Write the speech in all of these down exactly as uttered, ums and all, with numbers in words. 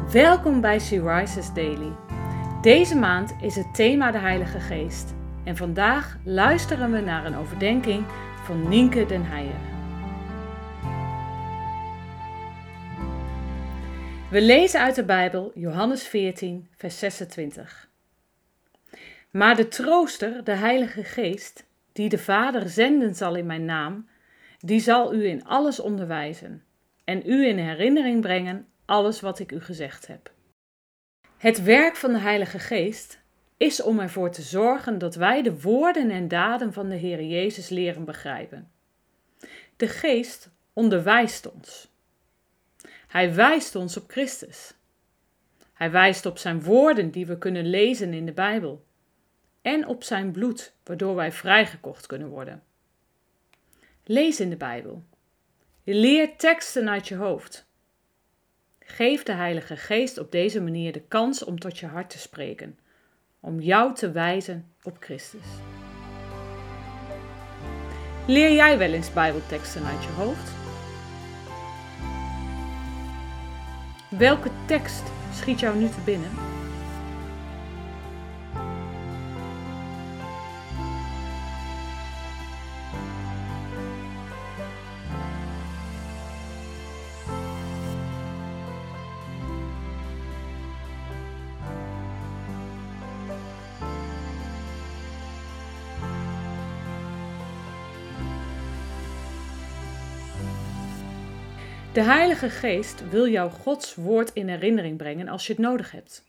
Welkom bij She Rises Daily. Deze maand is het thema de Heilige Geest. En vandaag luisteren we naar een overdenking van Nienke den Heijer. We lezen uit de Bijbel Johannes veertien, vers zesentwintig. Maar de trooster, de Heilige Geest, die de Vader zenden zal in mijn naam, die zal u in alles onderwijzen en u in herinnering brengen alles wat ik u gezegd heb. Het werk van de Heilige Geest is om ervoor te zorgen dat wij de woorden en daden van de Heer Jezus leren begrijpen. De Geest onderwijst ons. Hij wijst ons op Christus. Hij wijst op zijn woorden die we kunnen lezen in de Bijbel. En op zijn bloed, waardoor wij vrijgekocht kunnen worden. Lees in de Bijbel. Je leert teksten uit je hoofd. Geef de Heilige Geest op deze manier de kans om tot je hart te spreken, om jou te wijzen op Christus. Leer jij wel eens Bijbelteksten uit je hoofd? Welke tekst schiet jou nu te binnen? De Heilige Geest wil jou Gods woord in herinnering brengen als je het nodig hebt.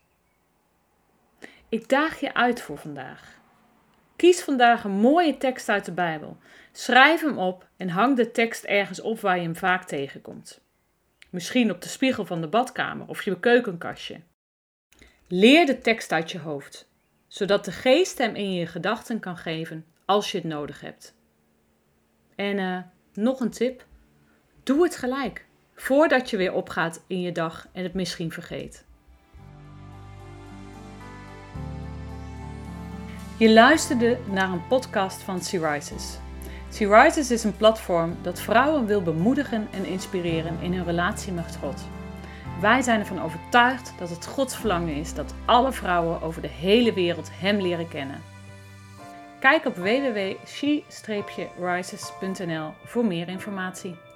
Ik daag je uit voor vandaag. Kies vandaag een mooie tekst uit de Bijbel. Schrijf hem op en hang de tekst ergens op waar je hem vaak tegenkomt. Misschien op de spiegel van de badkamer of je keukenkastje. Leer de tekst uit je hoofd, zodat de Geest hem in je gedachten kan geven als je het nodig hebt. En uh, nog een tip. Doe het gelijk, voordat je weer opgaat in je dag en het misschien vergeet. Je luisterde naar een podcast van She Rises. She Rises is een platform dat vrouwen wil bemoedigen en inspireren in hun relatie met God. Wij zijn ervan overtuigd dat het Gods verlangen is dat alle vrouwen over de hele wereld Hem leren kennen. Kijk op w w w punt she rises punt n l voor meer informatie.